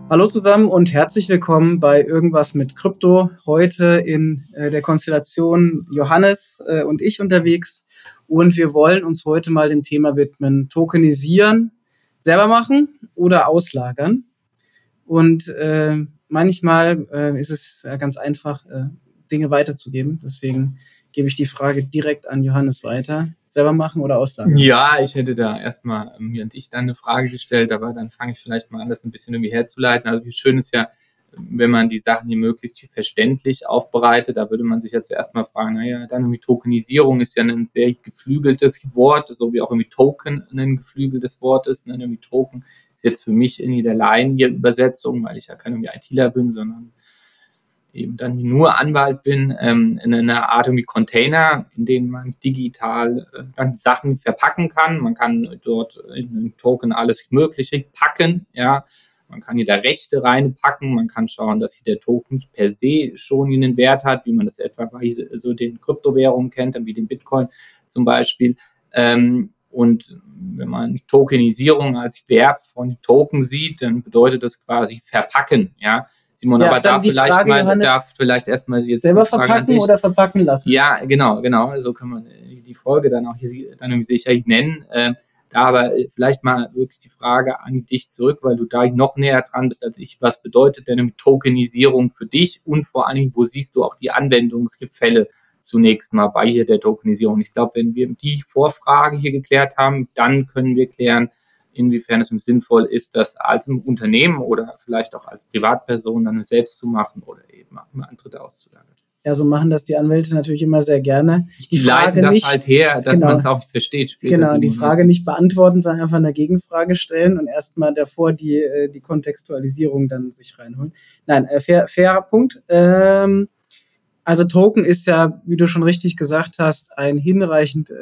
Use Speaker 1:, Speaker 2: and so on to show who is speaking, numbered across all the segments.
Speaker 1: Hallo zusammen und herzlich willkommen bei Irgendwas mit Krypto. Heute in der Konstellation Johannes und ich unterwegs. Und wir wollen uns heute mal dem Thema widmen: Tokenisieren, selber machen oder auslagern. Und manchmal ist es ganz einfach, Dinge weiterzugeben. Deswegen gebe ich die Frage direkt an Johannes weiter. Selber machen oder auslagern?
Speaker 2: Ja, ich hätte da erstmal mir und ich dann eine Frage gestellt, aber dann fange ich vielleicht mal an, das ein bisschen irgendwie herzuleiten. Also wie schön ist ja, wenn man die Sachen hier möglichst verständlich aufbereitet, da würde man sich ja zuerst mal fragen, naja, dann irgendwie Tokenisierung ist ja ein sehr geflügeltes Wort, so wie auch irgendwie Token ein geflügeltes Wort ist. Ne? Irgendwie Token ist jetzt für mich irgendwie der Laien hier Übersetzung, weil ich ja kein irgendwie ITler bin, sondern eben dann nur Anwalt bin, in einer Art irgendwie Container, in denen man digital dann Sachen verpacken kann. Man kann dort in einen Token alles Mögliche packen, ja. Man kann hier da Rechte reinpacken, man kann schauen, dass hier der Token nicht per se schon einen Wert hat, wie man das etwa bei so den Kryptowährungen kennt, wie den Bitcoin zum Beispiel. Und wenn man Tokenisierung als Verb von Token sieht, dann bedeutet das quasi verpacken, ja. Simon,
Speaker 1: Ja,
Speaker 2: aber
Speaker 1: dann die Frage, Johannes,
Speaker 2: darf vielleicht erstmal jetzt
Speaker 1: selber
Speaker 2: die Frage
Speaker 1: verpacken oder verpacken lassen?
Speaker 2: Ja, genau. So kann man die Folge dann auch hier dann irgendwie sicherlich nennen. Da aber vielleicht mal wirklich die Frage an dich zurück, weil du da noch näher dran bist als ich. Was bedeutet denn Tokenisierung für dich? Und vor allen Dingen, wo siehst du auch die Anwendungsfälle zunächst mal bei hier der Tokenisierung? Ich glaube, wenn wir die Vorfrage hier geklärt haben, dann können wir klären, inwiefern es sinnvoll ist, das als Unternehmen oder vielleicht auch als Privatperson dann selbst zu machen oder eben an Dritte auszulagern.
Speaker 1: Ja, so machen das die Anwälte natürlich immer sehr gerne.
Speaker 2: Die Frage das nicht halt her, dass man es auch versteht später.
Speaker 1: Genau, die Frage nicht beantworten, sondern einfach eine Gegenfrage stellen und erstmal davor die Kontextualisierung dann sich reinholen. Nein, fairer Punkt. Also Token ist ja, wie du schon richtig gesagt hast, ein hinreichend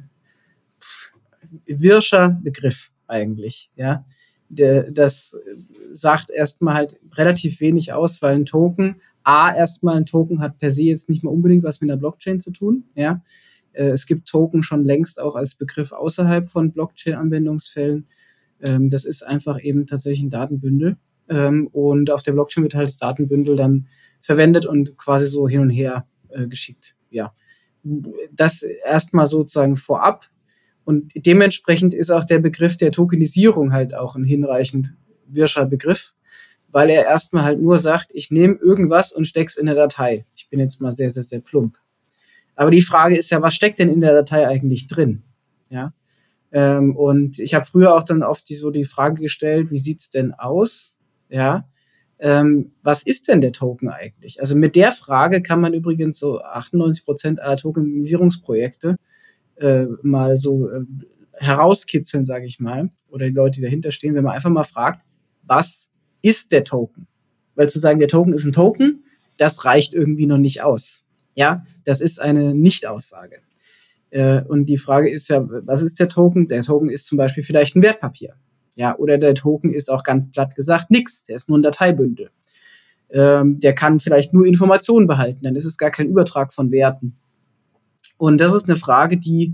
Speaker 1: wirscher Begriff eigentlich, ja. Das sagt erstmal halt relativ wenig aus, weil ein Token hat per se jetzt nicht mal unbedingt was mit der Blockchain zu tun, ja. Es gibt Token schon längst auch als Begriff außerhalb von Blockchain-Anwendungsfällen. Das ist einfach eben tatsächlich ein Datenbündel. Und auf der Blockchain wird halt das Datenbündel dann verwendet und quasi so hin und her geschickt. Ja. Das erstmal sozusagen vorab. Und dementsprechend ist auch der Begriff der Tokenisierung halt auch ein hinreichend wirscher Begriff, weil er erstmal halt nur sagt, ich nehme irgendwas und steck's in eine Datei. Ich bin jetzt mal sehr, sehr, sehr plump. Aber die Frage ist ja, was steckt denn in der Datei eigentlich drin? Ja. Und ich habe früher auch dann oft die Frage gestellt, wie sieht's denn aus? Ja. Was ist denn der Token eigentlich? Also mit der Frage kann man übrigens so 98% aller Tokenisierungsprojekte mal so herauskitzeln, sage ich mal, oder die Leute, die dahinter stehen, wenn man einfach mal fragt, was ist der Token? Weil zu sagen, der Token ist ein Token, das reicht irgendwie noch nicht aus. Ja, das ist eine Nicht-Aussage. Und die Frage ist ja, was ist der Token? Der Token ist zum Beispiel vielleicht ein Wertpapier. Ja, oder der Token ist auch ganz platt gesagt nichts. Der ist nur ein Dateibündel. Der kann vielleicht nur Informationen behalten. Dann ist es gar kein Übertrag von Werten. Und das ist eine Frage, die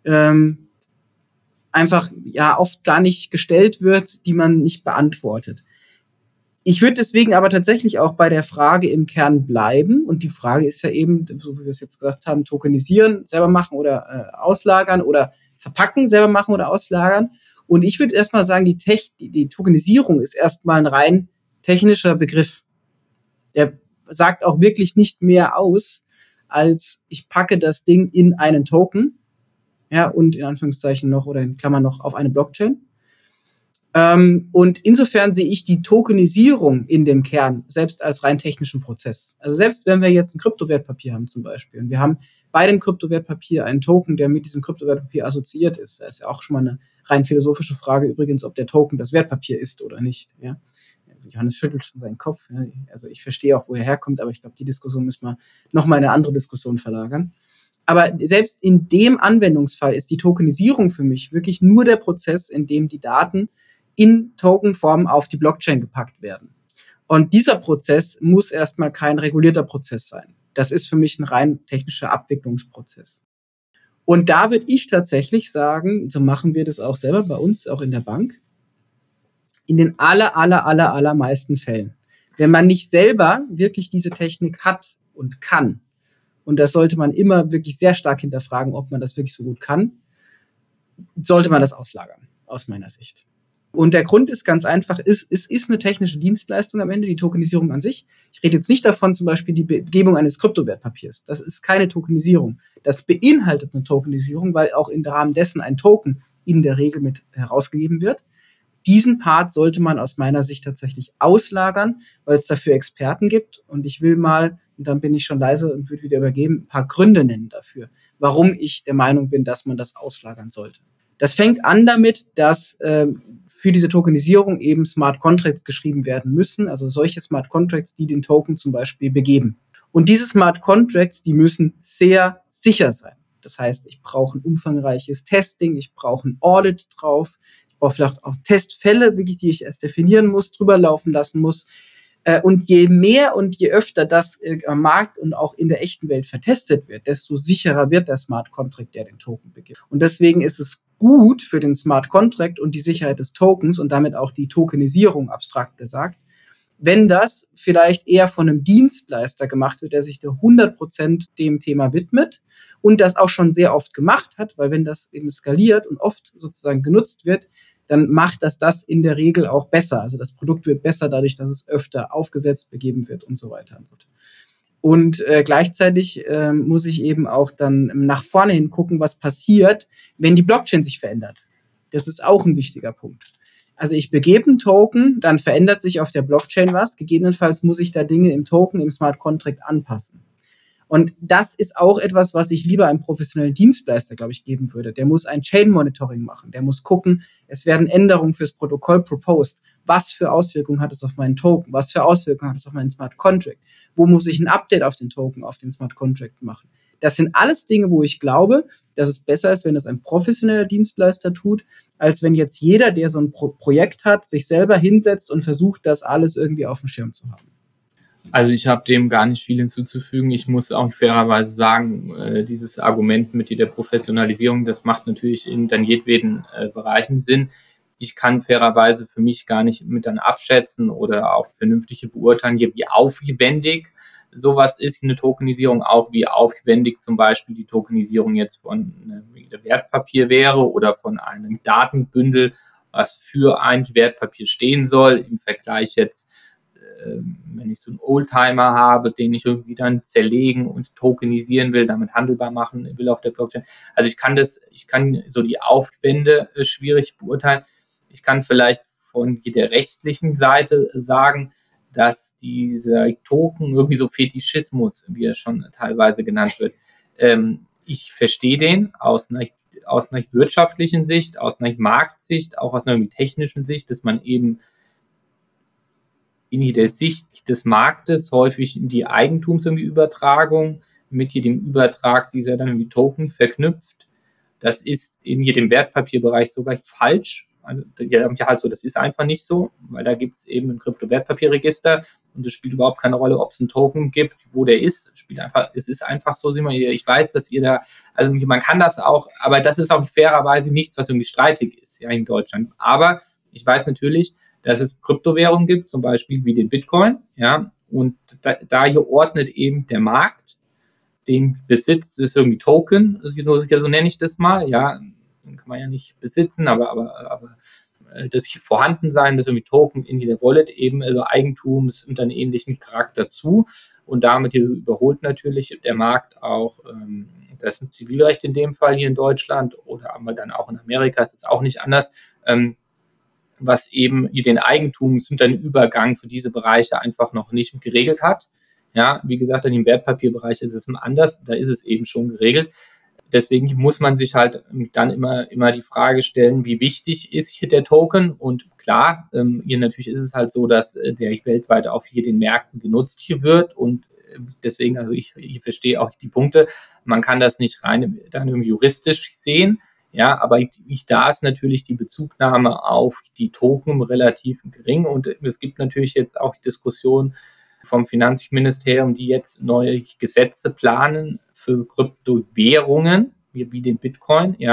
Speaker 1: einfach ja oft gar nicht gestellt wird, die man nicht beantwortet. Ich würde deswegen aber tatsächlich auch bei der Frage im Kern bleiben. Und die Frage ist ja eben, so wie wir es jetzt gesagt haben, tokenisieren, selber machen oder auslagern oder verpacken, selber machen oder auslagern. Und ich würde erstmal sagen, die Tokenisierung ist erstmal ein rein technischer Begriff. Der sagt auch wirklich nicht mehr aus, als ich packe das Ding in einen Token, ja, und in Anführungszeichen noch oder in Klammern noch auf eine Blockchain. Und insofern sehe ich die Tokenisierung in dem Kern selbst als rein technischen Prozess. Also selbst wenn wir jetzt ein Kryptowertpapier haben zum Beispiel und wir haben bei dem Kryptowertpapier einen Token, der mit diesem Kryptowertpapier assoziiert ist, das ist ja auch schon mal eine rein philosophische Frage übrigens, ob der Token das Wertpapier ist oder nicht. Ja? Johannes schüttelt schon seinen Kopf. Ja? Also ich verstehe auch, wo er herkommt, aber ich glaube, die Diskussion müssen wir nochmal in eine andere Diskussion verlagern. Aber selbst in dem Anwendungsfall ist die Tokenisierung für mich wirklich nur der Prozess, in dem die Daten in Tokenform auf die Blockchain gepackt werden. Und dieser Prozess muss erstmal kein regulierter Prozess sein. Das ist für mich ein rein technischer Abwicklungsprozess. Und da würde ich tatsächlich sagen, so machen wir das auch selber bei uns, auch in der Bank. In den allermeisten Fällen. Wenn man nicht selber wirklich diese Technik hat und kann, und das sollte man immer wirklich sehr stark hinterfragen, ob man das wirklich so gut kann, sollte man das auslagern, aus meiner Sicht. Und der Grund ist ganz einfach, es ist eine technische Dienstleistung am Ende, die Tokenisierung an sich. Ich rede jetzt nicht davon, zum Beispiel die Begebung eines Kryptowertpapiers. Das ist keine Tokenisierung. Das beinhaltet eine Tokenisierung, weil auch im Rahmen dessen ein Token in der Regel mit herausgegeben wird. Diesen Part sollte man aus meiner Sicht tatsächlich auslagern, weil es dafür Experten gibt. Und ich will mal, und dann bin ich schon leise und würde wieder übergeben, ein paar Gründe nennen dafür, warum ich der Meinung bin, dass man das auslagern sollte. Das fängt an damit, dass für diese Tokenisierung eben Smart Contracts geschrieben werden müssen, also solche Smart Contracts, die den Token zum Beispiel begeben. Und diese Smart Contracts, die müssen sehr sicher sein. Das heißt, ich brauche ein umfangreiches Testing, ich brauche ein Audit drauf, ich brauche vielleicht auch Testfälle, wirklich, die ich erst definieren muss, drüber laufen lassen muss. Und je mehr und je öfter das am Markt und auch in der echten Welt vertestet wird, desto sicherer wird der Smart Contract, der den Token begibt. Und deswegen ist es gut für den Smart Contract und die Sicherheit des Tokens und damit auch die Tokenisierung, abstrakt gesagt, wenn das vielleicht eher von einem Dienstleister gemacht wird, der sich da 100% dem Thema widmet und das auch schon sehr oft gemacht hat, weil wenn das eben skaliert und oft sozusagen genutzt wird, dann macht das in der Regel auch besser. Also das Produkt wird besser dadurch, dass es öfter aufgesetzt, begeben wird und so weiter und so fort. Und gleichzeitig muss ich eben auch dann nach vorne hin gucken, was passiert, wenn die Blockchain sich verändert. Das ist auch ein wichtiger Punkt. Also ich begebe einen Token, dann verändert sich auf der Blockchain was. Gegebenenfalls muss ich da Dinge im Token, im Smart Contract anpassen. Und das ist auch etwas, was ich lieber einem professionellen Dienstleister, glaube ich, geben würde. Der muss ein Chain-Monitoring machen. Der muss gucken, es werden Änderungen fürs Protokoll proposed. Was für Auswirkungen hat es auf meinen Token? Was für Auswirkungen hat es auf meinen Smart Contract? Wo muss ich ein Update auf den Token, auf den Smart Contract machen? Das sind alles Dinge, wo ich glaube, dass es besser ist, wenn das ein professioneller Dienstleister tut, als wenn jetzt jeder, der so ein Projekt hat, sich selber hinsetzt und versucht, das alles irgendwie auf dem Schirm zu haben.
Speaker 2: Also ich habe dem gar nicht viel hinzuzufügen. Ich muss auch fairerweise sagen, dieses Argument mit der Professionalisierung, das macht natürlich in dann jedweden Bereichen Sinn. Ich kann fairerweise für mich gar nicht mit dann abschätzen oder auch vernünftig beurteilen, wie aufwendig sowas ist, eine Tokenisierung, auch wie aufwendig zum Beispiel die Tokenisierung jetzt von einem Wertpapier wäre oder von einem Datenbündel, was für ein Wertpapier stehen soll, im Vergleich jetzt, wenn ich so einen Oldtimer habe, den ich irgendwie dann zerlegen und tokenisieren will, damit handelbar machen will auf der Blockchain. Also ich kann so die Aufwände schwierig beurteilen. Ich kann vielleicht von der rechtlichen Seite sagen, dass dieser Token irgendwie so Fetischismus, wie er schon teilweise genannt wird, ich verstehe den aus einer wirtschaftlichen Sicht, aus einer Marktsicht, auch aus einer technischen Sicht, dass man eben in der Sicht des Marktes häufig die Eigentumsübertragung mit jedem Übertrag dieser dann irgendwie Token verknüpft. Das ist in jedem Wertpapierbereich sogar falsch. Also das ist einfach nicht so, weil da gibt es eben ein Kryptowertpapierregister und es spielt überhaupt keine Rolle, ob es einen Token gibt, wo der ist. Es ist einfach so, ich weiß, dass ihr da, also man kann das auch, aber das ist auch fairerweise nichts, was irgendwie streitig ist, ja, in Deutschland. Aber ich weiß natürlich, dass es Kryptowährungen gibt, zum Beispiel wie den Bitcoin, ja, und da hier ordnet eben der Markt den Besitz des irgendwie Token, so nenne ich das mal, ja, den kann man ja nicht besitzen, aber das hier Vorhandensein, das irgendwie Token in der Wallet eben, also Eigentums- und dann ähnlichen Charakter zu und damit hier so überholt natürlich der Markt auch das Zivilrecht in dem Fall hier in Deutschland oder aber dann auch in Amerika ist es auch nicht anders, was eben den Eigentums- und den Übergang für diese Bereiche einfach noch nicht geregelt hat. Ja, wie gesagt, in dem Wertpapierbereich ist es anders, da ist es eben schon geregelt. Deswegen muss man sich halt dann immer die Frage stellen, wie wichtig ist hier der Token? Und klar, hier natürlich ist es halt so, dass der weltweit auf hier den Märkten genutzt hier wird und deswegen, also ich verstehe auch die Punkte. Man kann das nicht rein dann irgendwie juristisch sehen. Ja, aber da ist natürlich die Bezugnahme auf die Token relativ gering und es gibt natürlich jetzt auch die Diskussion vom Finanzministerium, die jetzt neue Gesetze planen für Kryptowährungen, wie den Bitcoin, ja,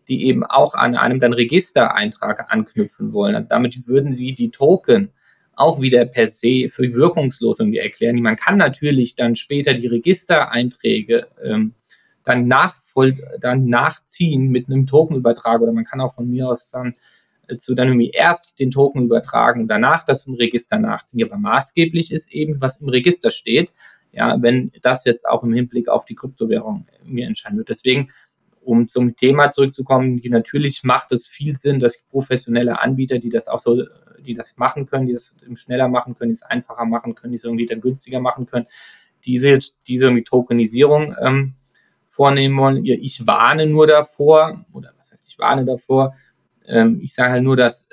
Speaker 2: die eben auch an einem dann Registereintrag anknüpfen wollen. Also damit würden sie die Token auch wieder per se für wirkungslos irgendwie erklären. Man kann natürlich dann später die Registereinträge dann nachziehen mit einem Tokenübertrag, oder man kann auch von mir aus dann irgendwie erst den Token übertragen und danach das im Register nachziehen. Aber maßgeblich ist eben, was im Register steht, ja, wenn das jetzt auch im Hinblick auf die Kryptowährung mir entscheiden wird. Deswegen, um zum Thema zurückzukommen, natürlich macht es viel Sinn, dass professionelle Anbieter, die das machen können, die das schneller machen können, die es einfacher machen können, die es irgendwie dann günstiger machen können, diese irgendwie Tokenisierung vornehmen wollen. Ich warne nur davor, oder was heißt, ich warne davor, ich sage halt nur, dass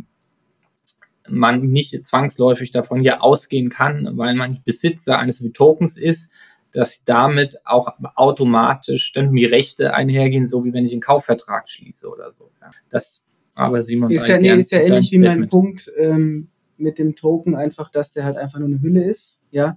Speaker 2: man nicht zwangsläufig davon ja ausgehen kann, weil man Besitzer eines Tokens ist, dass damit auch automatisch dann die Rechte einhergehen, so wie wenn ich einen Kaufvertrag schließe oder so. Ja. Aber Simon,
Speaker 1: ist ja ähnlich wie mein Punkt mit dem Token, einfach, dass der halt einfach nur eine Hülle ist. Ja.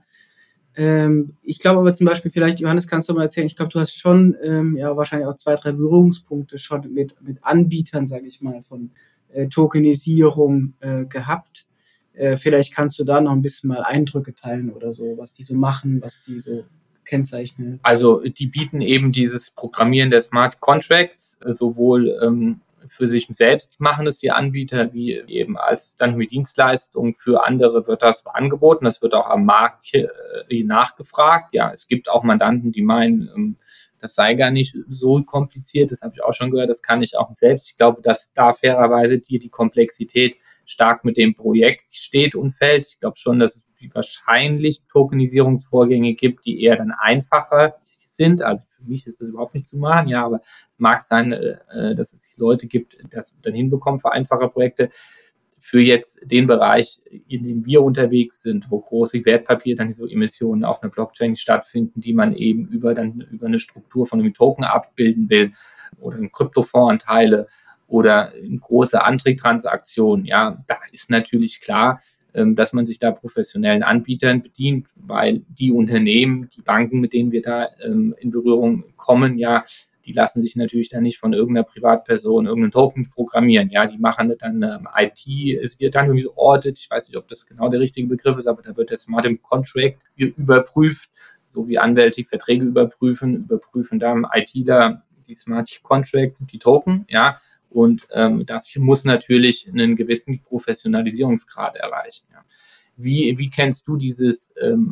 Speaker 1: Ich glaube aber zum Beispiel, vielleicht, Johannes, kannst du mal erzählen, ich glaube, du hast schon wahrscheinlich auch 2, 3 Berührungspunkte schon mit Anbietern, sage ich mal, von Tokenisierung gehabt. Vielleicht kannst du da noch ein bisschen mal Eindrücke teilen oder so, was die so machen, was die so kennzeichnen.
Speaker 2: Also die bieten eben dieses Programmieren der Smart Contracts, sowohl für sich selbst machen es die Anbieter, wie eben als dann mit Dienstleistung für andere wird das angeboten. Das wird auch am Markt nachgefragt. Ja, es gibt auch Mandanten, die meinen, das sei gar nicht so kompliziert. Das habe ich auch schon gehört. Das kann ich auch selbst. Ich glaube, dass da fairerweise die Komplexität stark mit dem Projekt steht und fällt. Ich glaube schon, dass es wahrscheinlich Tokenisierungsvorgänge gibt, die eher dann einfacher sind. Also für mich ist das überhaupt nicht zu machen, ja, aber es mag sein, dass es Leute gibt, die das dann hinbekommen für einfache Projekte. Für jetzt den Bereich, in dem wir unterwegs sind, wo große Wertpapiere, dann so Emissionen auf einer Blockchain stattfinden, die man eben über eine Struktur von einem Token abbilden will oder in Kryptofondsanteile oder in große Antriebstransaktionen, ja, da ist natürlich klar, dass man sich da professionellen Anbietern bedient, weil die Unternehmen, die Banken, mit denen wir da in Berührung kommen, ja, die lassen sich natürlich dann nicht von irgendeiner Privatperson irgendeinen Token programmieren. Ja, die machen dann IT, es wird dann irgendwie so Audit, ich weiß nicht, ob das genau der richtige Begriff ist, aber da wird der Smart Contract überprüft, so wie Anwälte die Verträge überprüfen dann ITler die Smart Contracts und die Token, ja. Und das muss natürlich einen gewissen Professionalisierungsgrad erreichen. Ja. Wie kennst du dieses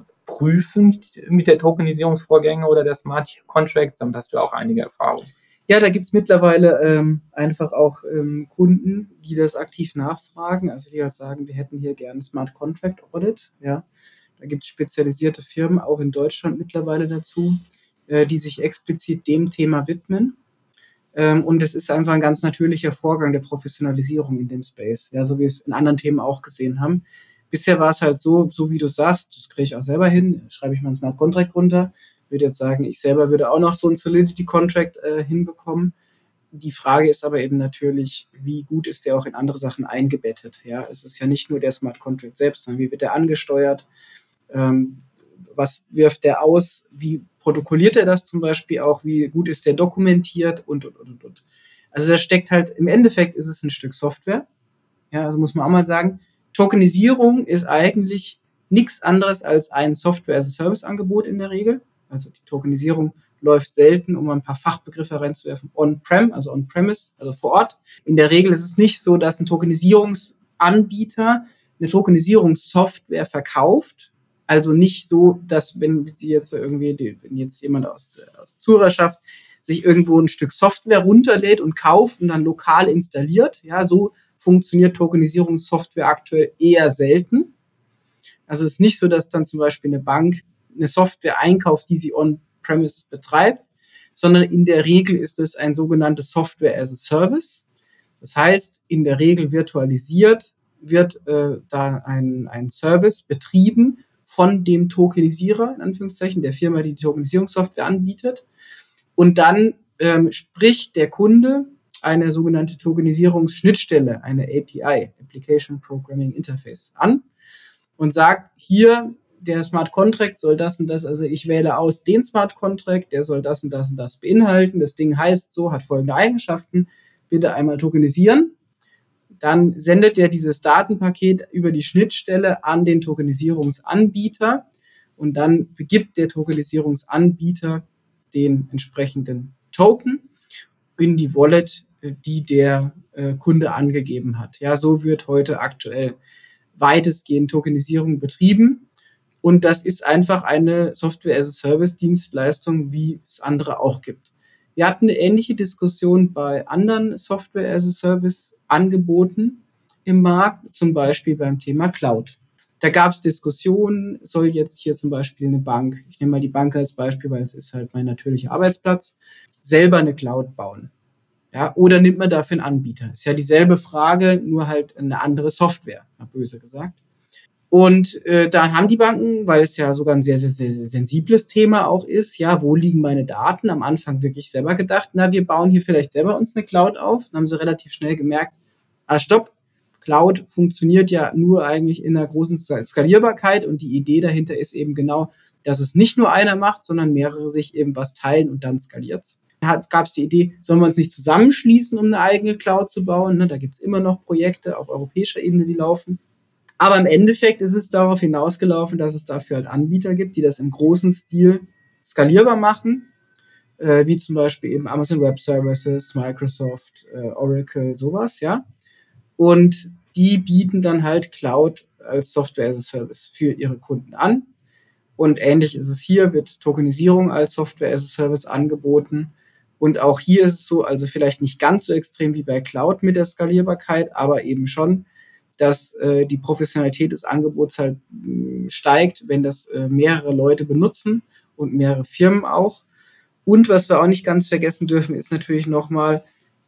Speaker 2: Prüfen mit der Tokenisierungsvorgänge oder der Smart Contracts? Damit hast du auch einige Erfahrungen.
Speaker 1: Ja, da gibt es mittlerweile einfach auch Kunden, die das aktiv nachfragen. Also die halt sagen, wir hätten hier gerne Smart Contract Audit. Ja. Da gibt es spezialisierte Firmen, auch in Deutschland mittlerweile dazu, die sich explizit dem Thema widmen. Und es ist einfach ein ganz natürlicher Vorgang der Professionalisierung in dem Space, ja, so wie wir es in anderen Themen auch gesehen haben. Bisher war es halt so wie du sagst, das kriege ich auch selber hin, schreibe ich mal einen Smart Contract runter, würde jetzt sagen, ich selber würde auch noch so einen Solidity Contract hinbekommen. Die Frage ist aber eben natürlich, wie gut ist der auch in andere Sachen eingebettet, ja. Es ist ja nicht nur der Smart Contract selbst, sondern wie wird der angesteuert, was wirft der aus, wie protokolliert er das zum Beispiel auch, wie gut ist der dokumentiert und. Also da steckt halt, im Endeffekt ist es ein Stück Software, ja, also muss man auch mal sagen, Tokenisierung ist eigentlich nichts anderes als ein Software-as-a-Service-Angebot in der Regel. Also die Tokenisierung läuft selten, um ein paar Fachbegriffe reinzuwerfen, on-prem, also on-premise, also vor Ort. In der Regel ist es nicht so, dass ein Tokenisierungsanbieter eine Tokenisierungssoftware verkauft. Also nicht so, dass wenn jetzt jemand aus Zuhörerschaft sich irgendwo ein Stück Software runterlädt und kauft und dann lokal installiert. Ja, so funktioniert Tokenisierungssoftware aktuell eher selten. Also es ist nicht so, dass dann zum Beispiel eine Bank eine Software einkauft, die sie on-premise betreibt, sondern in der Regel ist es ein sogenanntes Software as a Service. Das heißt, in der Regel virtualisiert wird da ein Service betrieben von dem Tokenisierer, in Anführungszeichen, der Firma, die Tokenisierungssoftware anbietet. Und dann spricht der Kunde eine sogenannte Tokenisierungsschnittstelle, eine API, Application Programming Interface, an und sagt, hier der Smart Contract soll das und das, also ich wähle aus den Smart Contract, der soll das und das und das beinhalten, das Ding heißt so, hat folgende Eigenschaften, bitte einmal tokenisieren. Dann sendet er dieses Datenpaket über die Schnittstelle an den Tokenisierungsanbieter und dann begibt der Tokenisierungsanbieter den entsprechenden Token in die Wallet, die der Kunde angegeben hat. Ja, so wird heute aktuell weitestgehend Tokenisierung betrieben. Und das ist einfach eine Software-as-a-Service-Dienstleistung, wie es andere auch gibt. Wir hatten eine ähnliche Diskussion bei anderen Software-as-a-Service-Angeboten im Markt, zum Beispiel beim Thema Cloud. Da gab es Diskussionen, soll jetzt hier zum Beispiel eine Bank, ich nehme mal die Bank als Beispiel, weil es ist halt mein natürlicher Arbeitsplatz, selber eine Cloud bauen. Ja, oder nimmt man dafür einen Anbieter? Ist ja dieselbe Frage, nur halt eine andere Software, mal böse gesagt. Und dann haben die Banken, weil es ja sogar ein sehr, sehr, sehr, sehr sensibles Thema auch ist, ja, wo liegen meine Daten? Am Anfang wirklich selber gedacht, na, wir bauen hier vielleicht selber uns eine Cloud auf. Dann haben sie relativ schnell gemerkt, stopp, Cloud funktioniert ja nur eigentlich in einer großen Skalierbarkeit und die Idee dahinter ist eben genau, dass es nicht nur einer macht, sondern mehrere sich eben was teilen und dann skaliert's. Da gab es die Idee, sollen wir uns nicht zusammenschließen, um eine eigene Cloud zu bauen? Ne, da gibt es immer noch Projekte auf europäischer Ebene, die laufen. Aber im Endeffekt ist es darauf hinausgelaufen, dass es dafür halt Anbieter gibt, die das im großen Stil skalierbar machen, wie zum Beispiel eben Amazon Web Services, Microsoft, Oracle, sowas, ja. Und die bieten dann halt Cloud als Software as a Service für ihre Kunden an. Und ähnlich ist es hier, wird Tokenisierung als Software as a Service angeboten. Und auch hier ist es so, also vielleicht nicht ganz so extrem wie bei Cloud mit der Skalierbarkeit, aber eben schon, dass die Professionalität des Angebots halt steigt, wenn das mehrere Leute benutzen und mehrere Firmen auch. Und was wir auch nicht ganz vergessen dürfen, ist natürlich nochmal,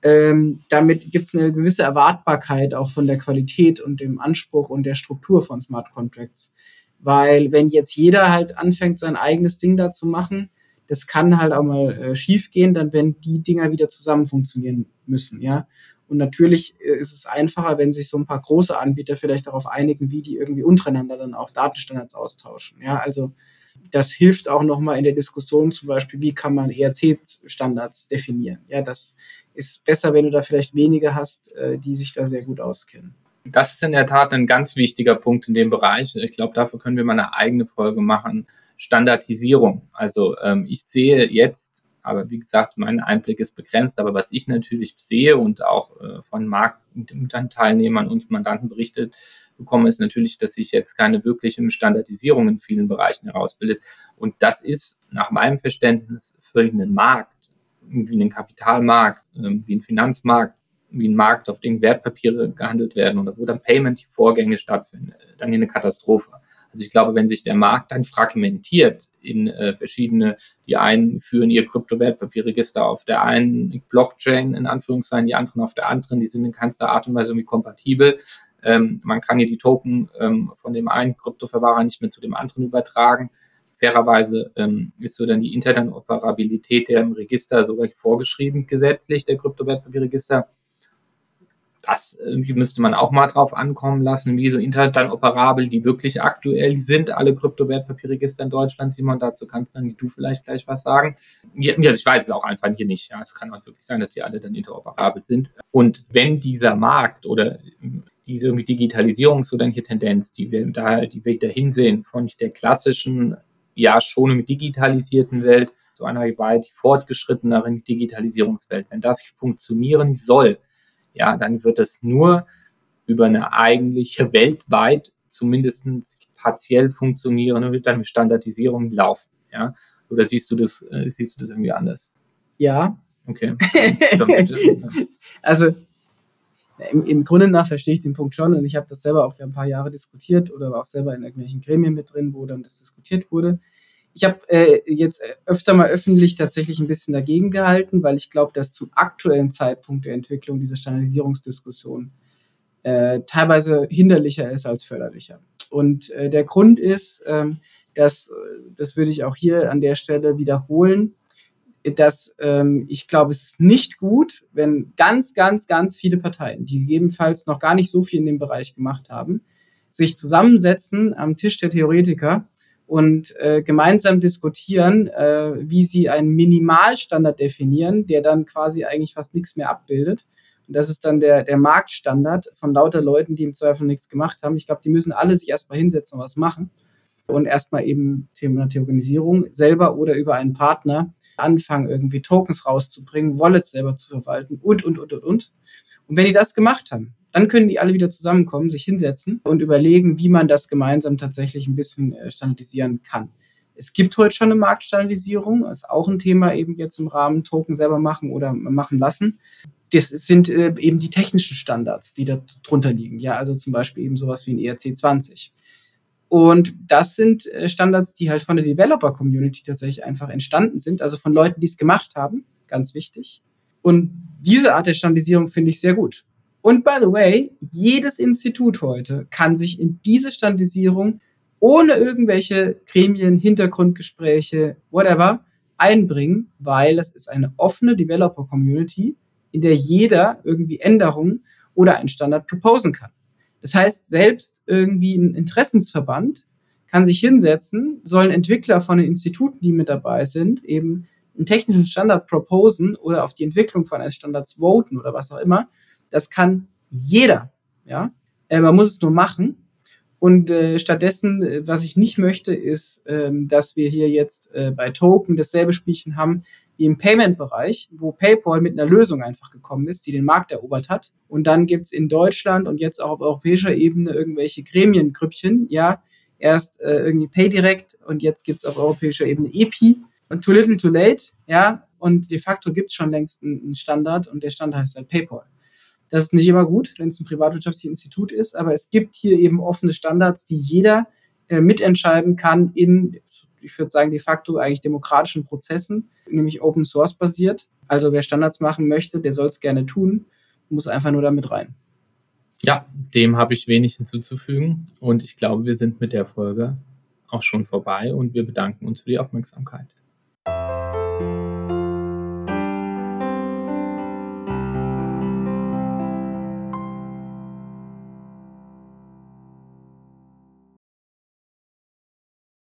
Speaker 1: damit gibt es eine gewisse Erwartbarkeit auch von der Qualität und dem Anspruch und der Struktur von Smart Contracts. Weil wenn jetzt jeder halt anfängt, sein eigenes Ding da zu machen, das kann halt auch mal schief gehen, dann wenn die Dinger wieder zusammen funktionieren müssen, ja. Und natürlich ist es einfacher, wenn sich so ein paar große Anbieter vielleicht darauf einigen, wie die irgendwie untereinander dann auch Datenstandards austauschen. Ja, also das hilft auch nochmal in der Diskussion zum Beispiel, wie kann man ERC-Standards definieren. Ja, das ist besser, wenn du da vielleicht wenige hast, die sich da sehr gut auskennen.
Speaker 2: Das ist in der Tat ein ganz wichtiger Punkt in dem Bereich. Ich glaube, dafür können wir mal eine eigene Folge machen. Standardisierung. Also ich sehe jetzt, aber wie gesagt, mein Einblick ist begrenzt, aber was ich natürlich sehe und auch von Marktteilnehmern und Mandanten berichtet bekomme, ist natürlich, dass sich jetzt keine wirkliche Standardisierung in vielen Bereichen herausbildet. Und das ist nach meinem Verständnis für einen Markt, wie einen Kapitalmarkt, wie einen Finanzmarkt, wie ein Markt, auf dem Wertpapiere gehandelt werden oder wo dann Payment-Vorgänge stattfinden, dann hier eine Katastrophe. Also ich glaube, wenn sich der Markt dann fragmentiert in verschiedene, die einen führen ihr Kryptowertpapierregister auf der einen Blockchain, in Anführungszeichen, die anderen auf der anderen, die sind in keinster Art und Weise irgendwie kompatibel. Man kann hier die Token von dem einen Kryptoverwahrer nicht mehr zu dem anderen übertragen. Fairerweise ist so dann die Interoperabilität der im Register sogar vorgeschrieben, gesetzlich, der Kryptowertpapierregister. Das müsste man auch mal drauf ankommen lassen, wie so interoperabel die wirklich aktuell sind, alle Kryptowertpapierregister in Deutschland. Simon, dazu kannst dann du vielleicht gleich was sagen. Also ich weiß es auch einfach hier nicht. Ja, es kann auch wirklich sein, dass die alle dann interoperabel sind. Und wenn dieser Markt oder diese irgendwie Digitalisierung, so dann hier Tendenz, die wir dahin sehen, von der klassischen, ja schon mit digitalisierten Welt zu einer weit fortgeschritteneren Digitalisierungswelt, wenn das funktionieren soll, ja, dann wird es nur über eine eigentliche weltweit zumindest partiell funktionierende dann mit Standardisierung laufen. Ja? Oder siehst du das irgendwie anders?
Speaker 1: Ja.
Speaker 2: Okay.
Speaker 1: Also im Grunde nach verstehe ich den Punkt schon und ich habe das selber auch ja ein paar Jahre diskutiert oder war auch selber in irgendwelchen Gremien mit drin, wo dann das diskutiert wurde. Ich habe jetzt öfter mal öffentlich tatsächlich ein bisschen dagegen gehalten, weil ich glaube, dass zum aktuellen Zeitpunkt der Entwicklung diese Standardisierungsdiskussion teilweise hinderlicher ist als förderlicher. Und der Grund ist, das würde ich auch hier an der Stelle wiederholen, dass ich glaube, es ist nicht gut, wenn ganz, ganz, ganz viele Parteien, die gegebenenfalls noch gar nicht so viel in dem Bereich gemacht haben, sich zusammensetzen am Tisch der Theoretiker und gemeinsam diskutieren, wie sie einen Minimalstandard definieren, der dann quasi eigentlich fast nichts mehr abbildet. Und das ist dann der Marktstandard von lauter Leuten, die im Zweifel nichts gemacht haben. Ich glaube, die müssen alle sich erstmal hinsetzen und was machen und erstmal eben Thema Tokenisierung selber oder über einen Partner anfangen, irgendwie Tokens rauszubringen, Wallets selber zu verwalten und. Und wenn die das gemacht haben, dann können die alle wieder zusammenkommen, sich hinsetzen und überlegen, wie man das gemeinsam tatsächlich ein bisschen standardisieren kann. Es gibt heute schon eine Marktstandardisierung, ist auch ein Thema eben jetzt im Rahmen Token selber machen oder machen lassen. Das sind eben die technischen Standards, die da drunter liegen. Ja, also zum Beispiel eben sowas wie ein ERC20. Und das sind Standards, die halt von der Developer-Community tatsächlich einfach entstanden sind, also von Leuten, die es gemacht haben, ganz wichtig. Und diese Art der Standardisierung finde ich sehr gut. Und by the way, jedes Institut heute kann sich in diese Standardisierung ohne irgendwelche Gremien, Hintergrundgespräche, whatever, einbringen, weil das ist eine offene Developer-Community, in der jeder irgendwie Änderungen oder einen Standard proposen kann. Das heißt, selbst irgendwie ein Interessensverband kann sich hinsetzen, sollen Entwickler von den Instituten, die mit dabei sind, eben einen technischen Standard proposen oder auf die Entwicklung von eines Standards voten oder was auch immer. Das kann jeder. Ja? Man muss es nur machen. Und stattdessen, was ich nicht möchte, ist, dass wir hier jetzt bei Token dasselbe Spielchen haben wie im Payment-Bereich, wo PayPal mit einer Lösung einfach gekommen ist, die den Markt erobert hat. Und dann gibt's in Deutschland und jetzt auch auf europäischer Ebene irgendwelche Gremiengrüppchen, ja, erst irgendwie PayDirect und jetzt gibt's auf europäischer Ebene EPI und Too Little Too Late, ja, und de facto gibt's schon längst einen Standard und der Standard heißt halt PayPal. Das ist nicht immer gut, wenn es ein privatwirtschaftliches Institut ist, aber es gibt hier eben offene Standards, die jeder mitentscheiden kann in, ich würde sagen, de facto eigentlich demokratischen Prozessen, nämlich Open Source basiert. Also wer Standards machen möchte, der soll es gerne tun, muss einfach nur damit rein.
Speaker 2: Ja, dem habe ich wenig hinzuzufügen und ich glaube, wir sind mit der Folge auch schon vorbei und wir bedanken uns für die Aufmerksamkeit.